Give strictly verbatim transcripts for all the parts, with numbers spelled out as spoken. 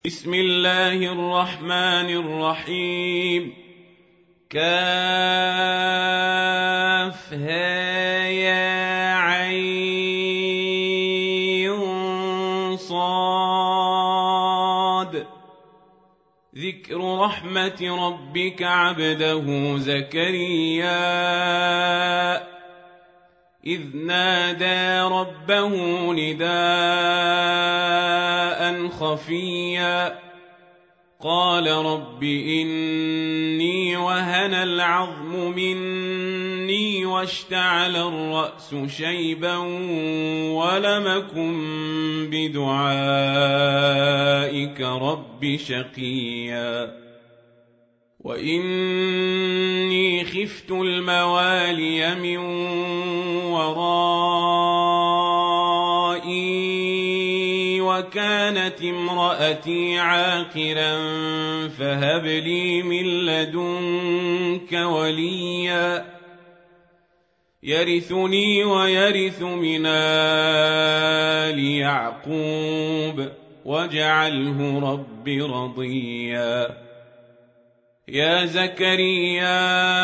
بسم الله الرحمن الرحيم. كافها يا عين صاد. ذكر رحمة ربك عبده زكريا إذ نادى ربه نداء خفيا قال رب إني وهن العظم مني واشتعل الرأس شيبا ولم أكن بدعائك رب شقيا وإني خفت الموالي من ورائي وكانت امرأتي عاقرا فهب لي من لدنك وليا يرثني ويرث من آل يعقوب واجعله رب رضيا. يا زكريا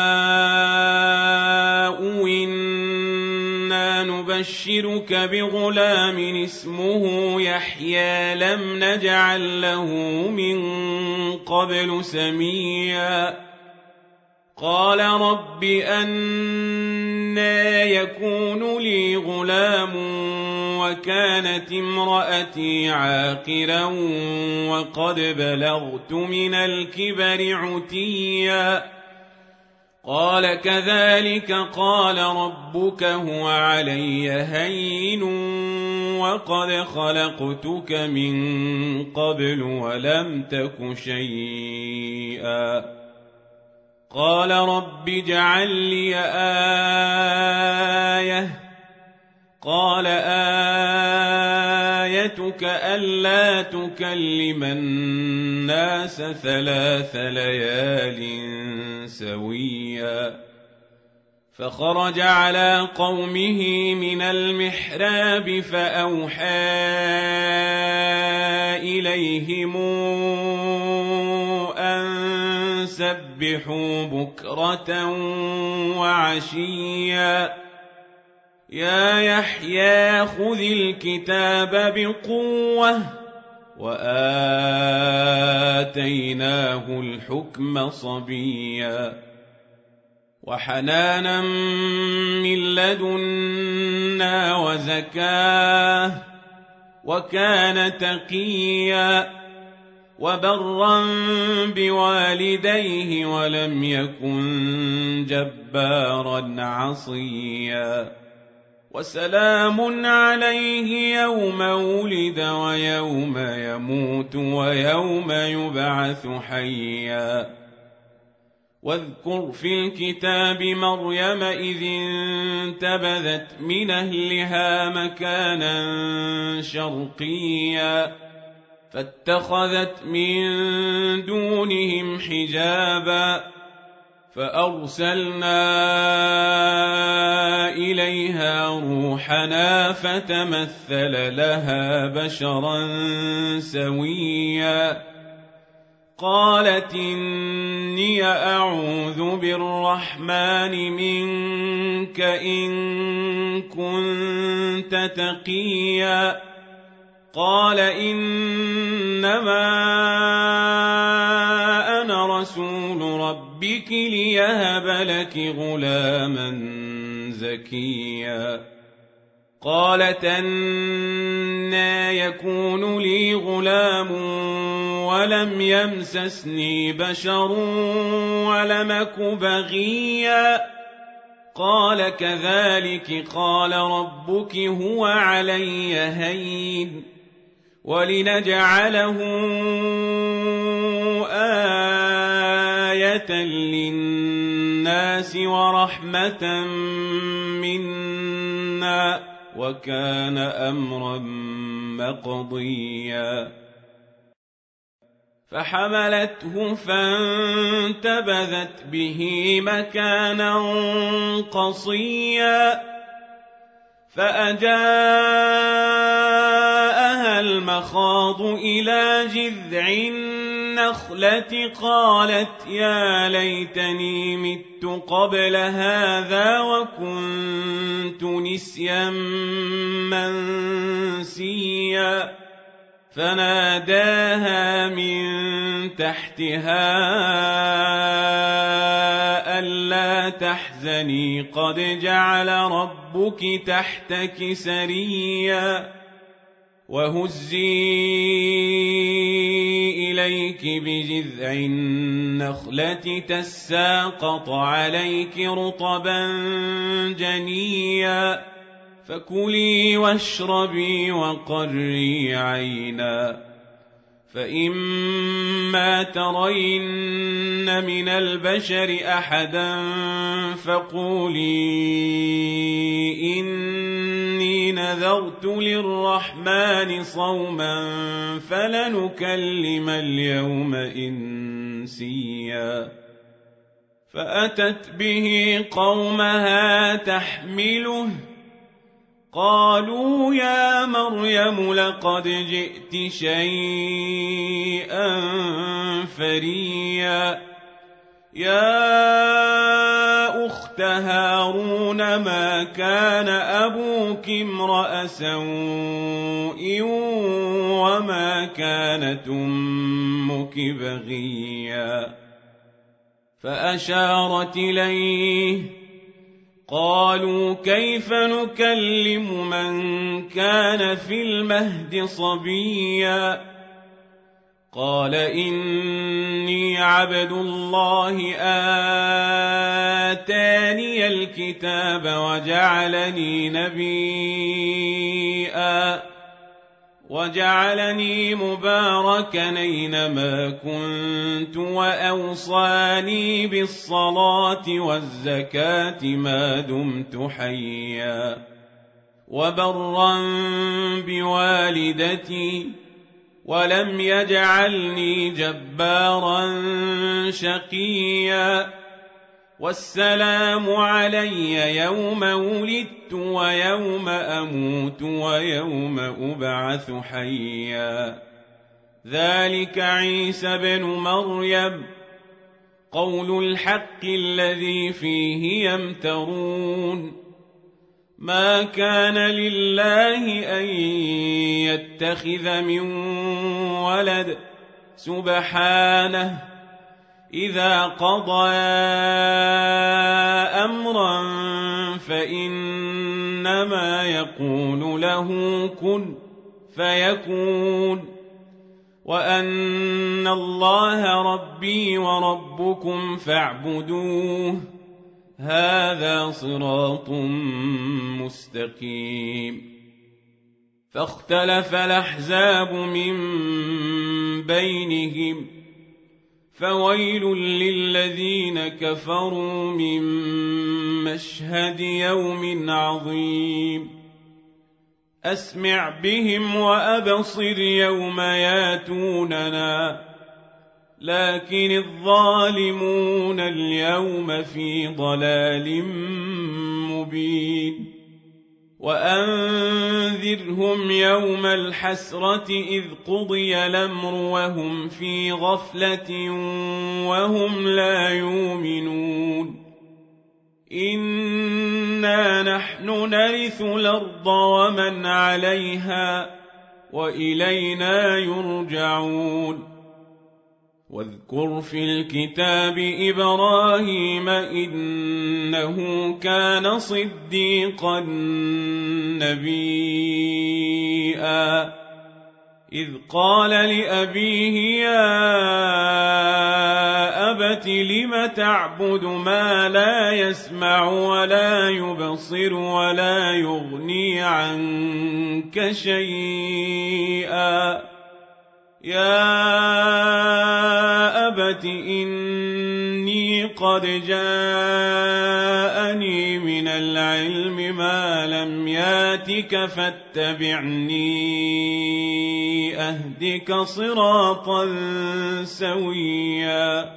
إنا نبشرك بغلام اسمه يحيى لم نجعل له من قبل سميا قال رب أنى يكون لي غلام وكانت امرأتي عاقرا وقد بلغت من الكبر عتيا قال كذلك قال ربك هو علي هين وقد خلقتك من قبل ولم تك شيئا قال رب اجعل لي آية قال آيتك ألا تكلم الناس ثلاث ليال سويا فخرج على قومه من المحراب فأوحى إليهم أن سبحوا بكرة وعشيا يا يحيى خذ الكتاب بقوة وآتيناه الحكم صبيا وحنانا من لدنا وزكاه وكان تقيا وبرا بوالديه ولم يكن جبارا عصيا وسلام عليه يوم ولد ويوم يموت ويوم يبعث حيا واذكر في الكتاب مريم إذ انتبذت من أهلها مكانا شرقيا فاتخذت من دونهم حجابا فأرسلنا إليها روحنا فتمثل لها بشرا سويا قالت إني أعوذ بالرحمن منك إن كنت تقيا قال إنما أنا رسول ربك ليهب لك غلاما زكيا قالت أنى يكون لي غلام ولم يمسسني بشر ولم أك بغيا قال كذلك قال ربك هو علي هين ولنجعله آية للناس ورحمة منا وكان أمرا مقضيا فحملته فانتبذت به مكانا قصيا فأجاءها عليها المخاض إلى جذع النخلة قالت يا ليتني مت قبل هذا وكنت نسيا منسيا فناداها من تحتها ألا تحزني قد جعل ربك تحتك سريا وهزي إليك بجذع النخلة تساقط عليك رطبا جنيا فكلي واشربي وقري عينا فإما ترين من البشر أحدا فقولي إني نذرت للرحمن صوما فلنكلم اليوم إنسيا فأتت به قومها تحمله قالوا يا مريم لقد جئت شيئا فريا يا أخت هارون ما كان أبوك امرأ سوء وما كانت أمك بغيا فأشارت إليه قالوا كيف نكلم من كان في المهد صبيا قال إني عبد الله آتاني الكتاب وجعلني نبيا وجعلني مباركا أينما كنت وأوصاني بالصلاة والزكاة ما دمت حيا وبرا بوالدتي ولم يجعلني جبارا شقيا والسلام علي يوم ولدت ويوم أموت ويوم أبعث حيا ذلك عيسى بن مريم قول الحق الذي فيه يمترون ما كان لله أن يتخذ من ولد سبحانه إذا قضى أمرا فإنما يقول له كن فيكون وأن الله ربي وربكم فاعبدوه هذا صراط مستقيم فاختلف الأحزاب من بينهم فويل للذين كفروا من مشهد يوم عظيم أسمع بهم وأبصر يوم ياتوننا لكن الظالمون اليوم في ضلال مبين وأنذرهم يوم الحسرة إذ قضي الأمر وهم في غفلة وهم لا يؤمنون إنا نحن نرث الأرض ومن عليها وإلينا يرجعون واذكر في الكتاب إبراهيم إنه كان صديقا نبيا إذ قال لأبيه يا أبت لم تعبد ما لا يسمع ولا يبصر ولا يغني عنك شيئا يا أبت إني قد جاءني من العلم ما لم ياتك فاتبعني أهدك صراطا سويا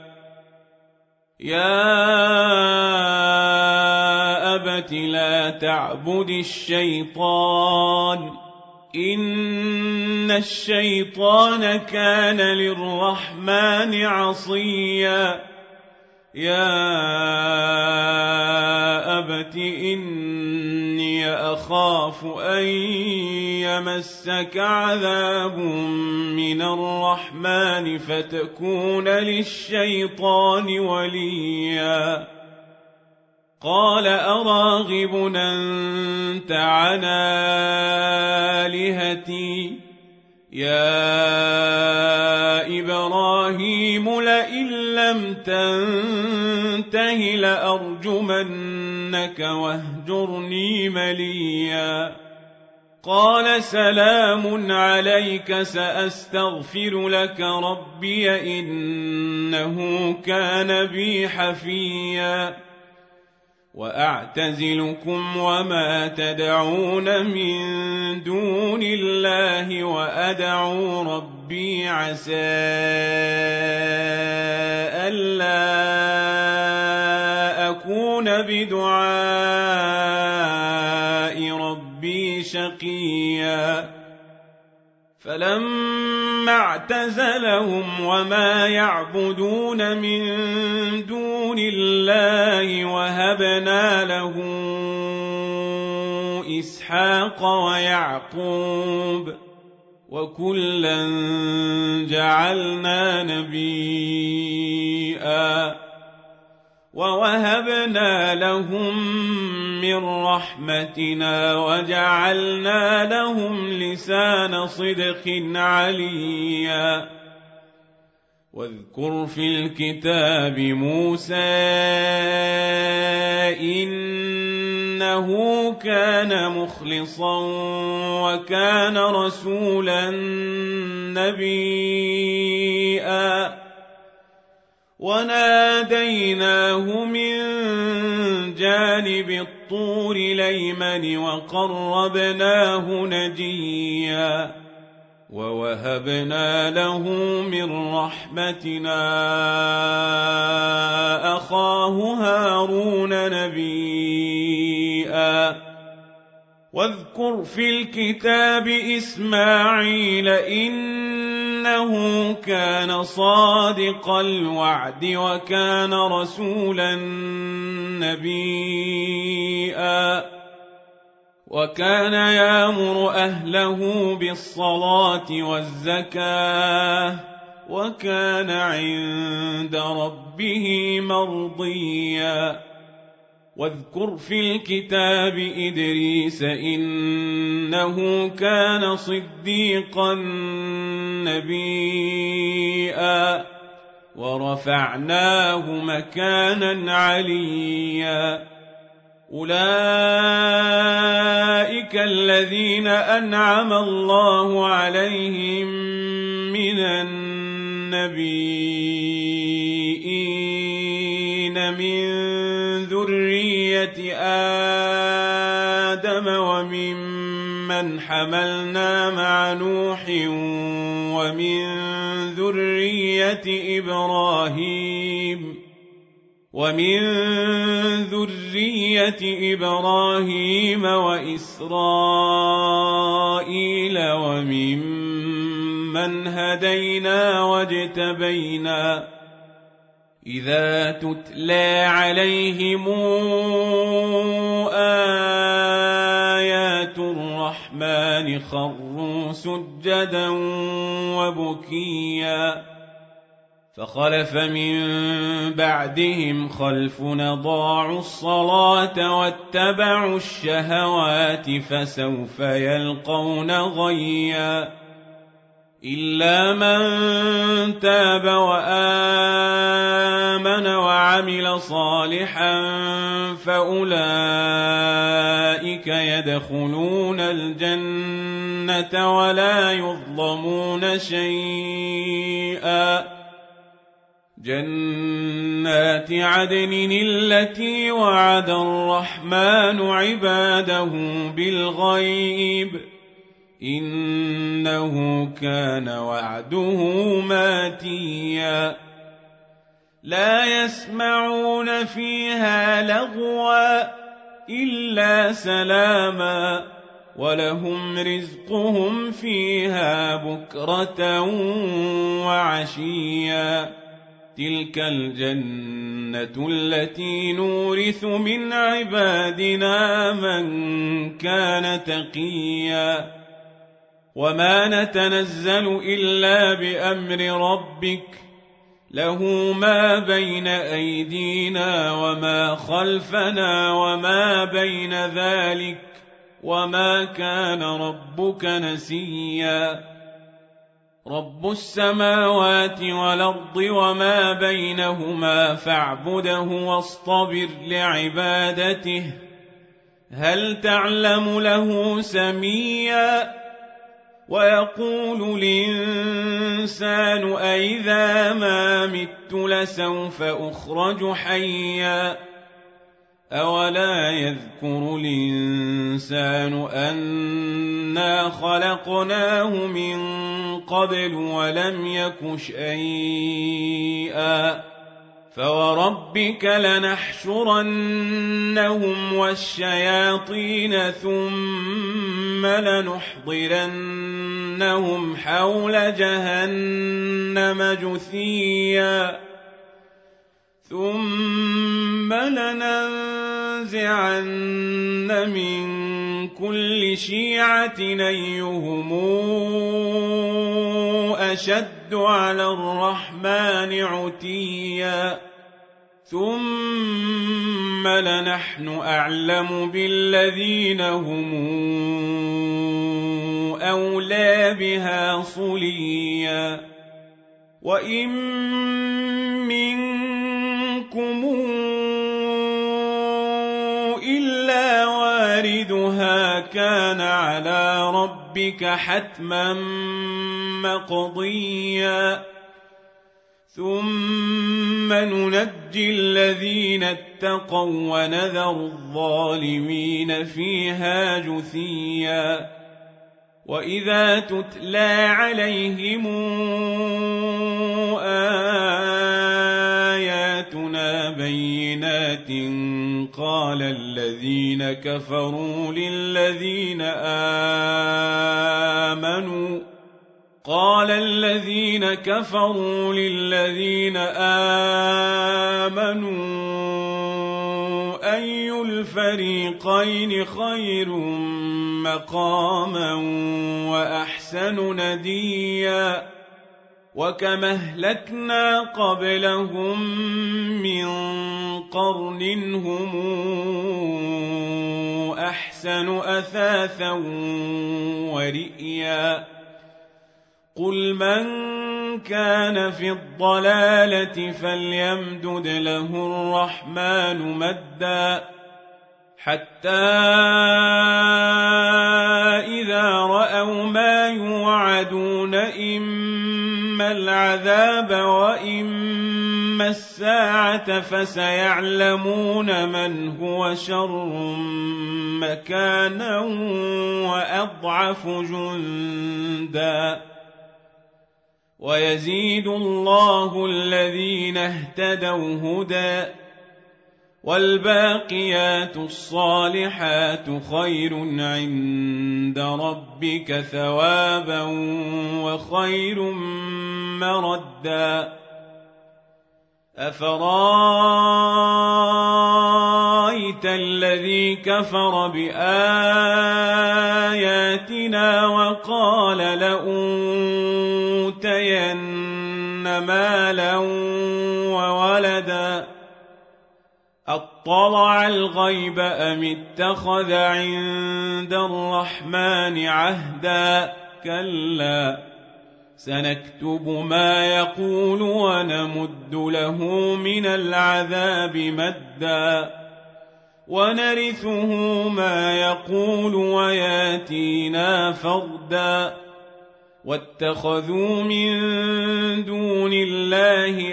يا أبت لا تعبد الشيطان إن الشيطان كان للرحمن عصيا يا أبت إني أخاف أن يمسك عذاب من الرحمن فتكون للشيطان وليا قال أراغب أنت عن آلهتي يا إبراهيم لئن لم تنته لأرجمنك واهجرني مليا قال سلام عليك سأستغفر لك ربي إنه كان بي حفيا وأعتزلكم وما تدعون من دون الله وأدعو ربي عسى ألا أكون بدعاء ربي شقيا فلما اعتزلهم وما يعبدون من دون الله وهبنا له إسحاق ويعقوب وكلا جعلنا نبيا ووهبنا لهم من رحمتنا وجعلنا لهم لسان صدق عليا واذكر في الكتاب موسى إنه كان مخلصا وكان رسولا نبيا وناديناه من جانب الطور الأيمن وقربناه نجيا ووهبنا له من رحمتنا أخاه هارون نبيا واذكر في الكتاب إسماعيل إنه كان صادق الوعد وكان رسولا نبيا وكان يأمر أهله بالصلاة والزكاة وكان عند ربه مرضيا واذكر في الكتاب إدريس إنه كان صديقا نبيا ورفعناه مكانا عليا أولئك الذين أنعم الله عليهم من النبيين من ذرية آدم وممن حملنا مع نوح ومن ذرية إبراهيم ومن ذرية إبراهيم وإسرائيل وممن هدينا واجتبينا إذا تتلى عليهم آيات الرحمن خروا سجدا وبكيا فخلف من بعدهم خلف أضاعوا الصلاة واتبعوا الشهوات فسوف يلقون غيا إلا من تاب وآمن وعمل صالحا فأولئك يدخلون الجنة ولا يظلمون شيئا جنات عدن التي وعد الرحمن عباده بالغيب إنه كان وعده ماتيا لا يسمعون فيها لغوا إلا سلاما ولهم رزقهم فيها بكرة وعشيا تلك الجنة التي نورث من عبادنا من كان تقيا وما نتنزل إلا بأمر ربك له ما بين أيدينا وما خلفنا وما بين ذلك وما كان ربك نسيا رب السماوات والأرض وما بينهما فاعبده واصطبر لعبادته هل تعلم له سميا ويقول الإنسان أئذا ما مت لسوف أخرج حيا أولا يذكر الإنسان أنا خلقناه من قبل ولم يك شيئا فوربك لنحشرنهم والشياطين ثم لنحضرنهم حول جهنم جثيا ثم لننزعن من كل شيعة أيهم أشد على الرحمن عتيا ثم لنحن أعلم بالذين هم أولى بها صليا وإن منكم إلا واردها كان على ربك حتما مقضيا ثم ننجي الذين اتقوا ونذر الظالمين فيها جثيا وإذا تتلى عليهم آياتنا بينات قال الذين كفروا للذين آمنوا قال الذين كفروا للذين آمنوا أي الفريقين خير مقاما وأحسن نديا وكم أهلكنا قبلهم من قرن هم أحسن أثاثا ورئيا قل من كان في الضلالة فليمدد له الرحمن مدا حتى إذا رأوا ما يوعدون إما العذاب وإما الساعة فسيعلمون من هو شر مكانا وأضعف جندا ويزيد الله الذين اهتدوا هدى والباقيات الصالحات خير عند ربك ثوابا وخير مردا أفرايت الذي كفر بآياتنا وقال لأوتين مالا وولدا أطلع الغيب أم اتخذ عند الرحمن عهدا كلا سنكتب ما يقول ونمد له من العذاب مدا ونرثه ما يقول وياتينا فردا واتخذوا من دون الله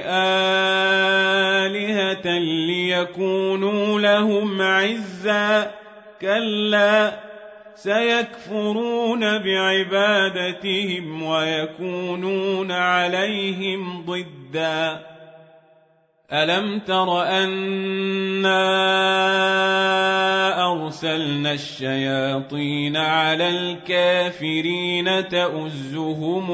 آلهة ليكونوا لهم عزا كلا سيكفرون بعبادتهم ويكونون عليهم ضدا ألم تر أنا أرسلنا الشياطين على الكافرين تؤزهم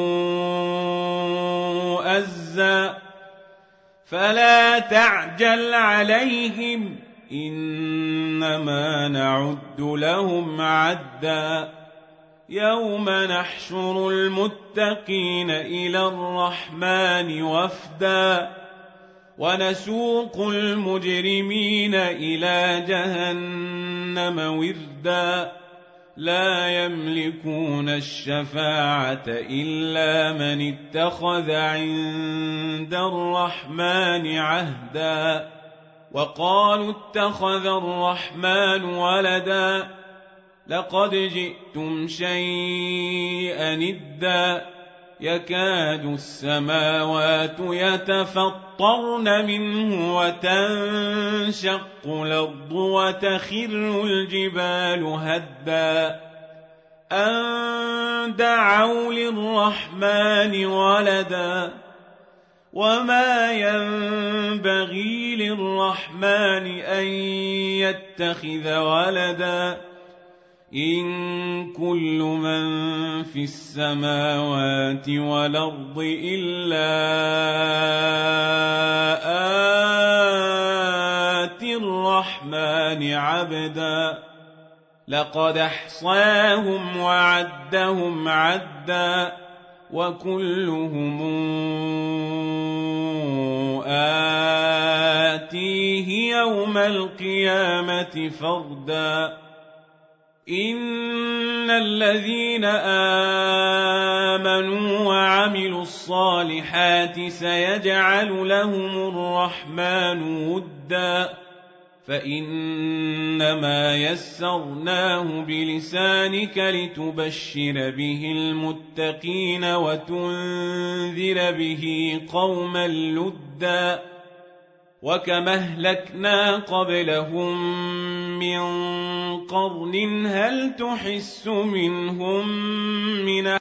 أزا فلا تعجل عليهم إنما نعد لهم عدا يوم نحشر المتقين إلى الرحمن وفدا ونسوق المجرمين إلى جهنم وردا لا يملكون الشفاعة إلا من اتخذ عند الرحمن عهدا وقالوا اتخذ الرحمن ولدا لقد جئتم شيئا إدا يكاد السماوات يتفطرن منه وتنشق الأرض وتخر الجبال هدا أن دعوا للرحمن ولدا وما ينبغي للرحمن أن يتخذ ولدا إن كل من في السماوات والأرض إلا آتي الرحمن عبدا لقد أحصاهم وعدهم عدا وكلهم آتيه يوم القيامة فردا إن الذين آمنوا وعملوا الصالحات سيجعل لهم الرحمن ودا فإنما يسرناه بلسانك لتبشر به المتقين وتنذر به قوما لدا وكما أهلكنا قبلهم من قرن هل تحس منهم من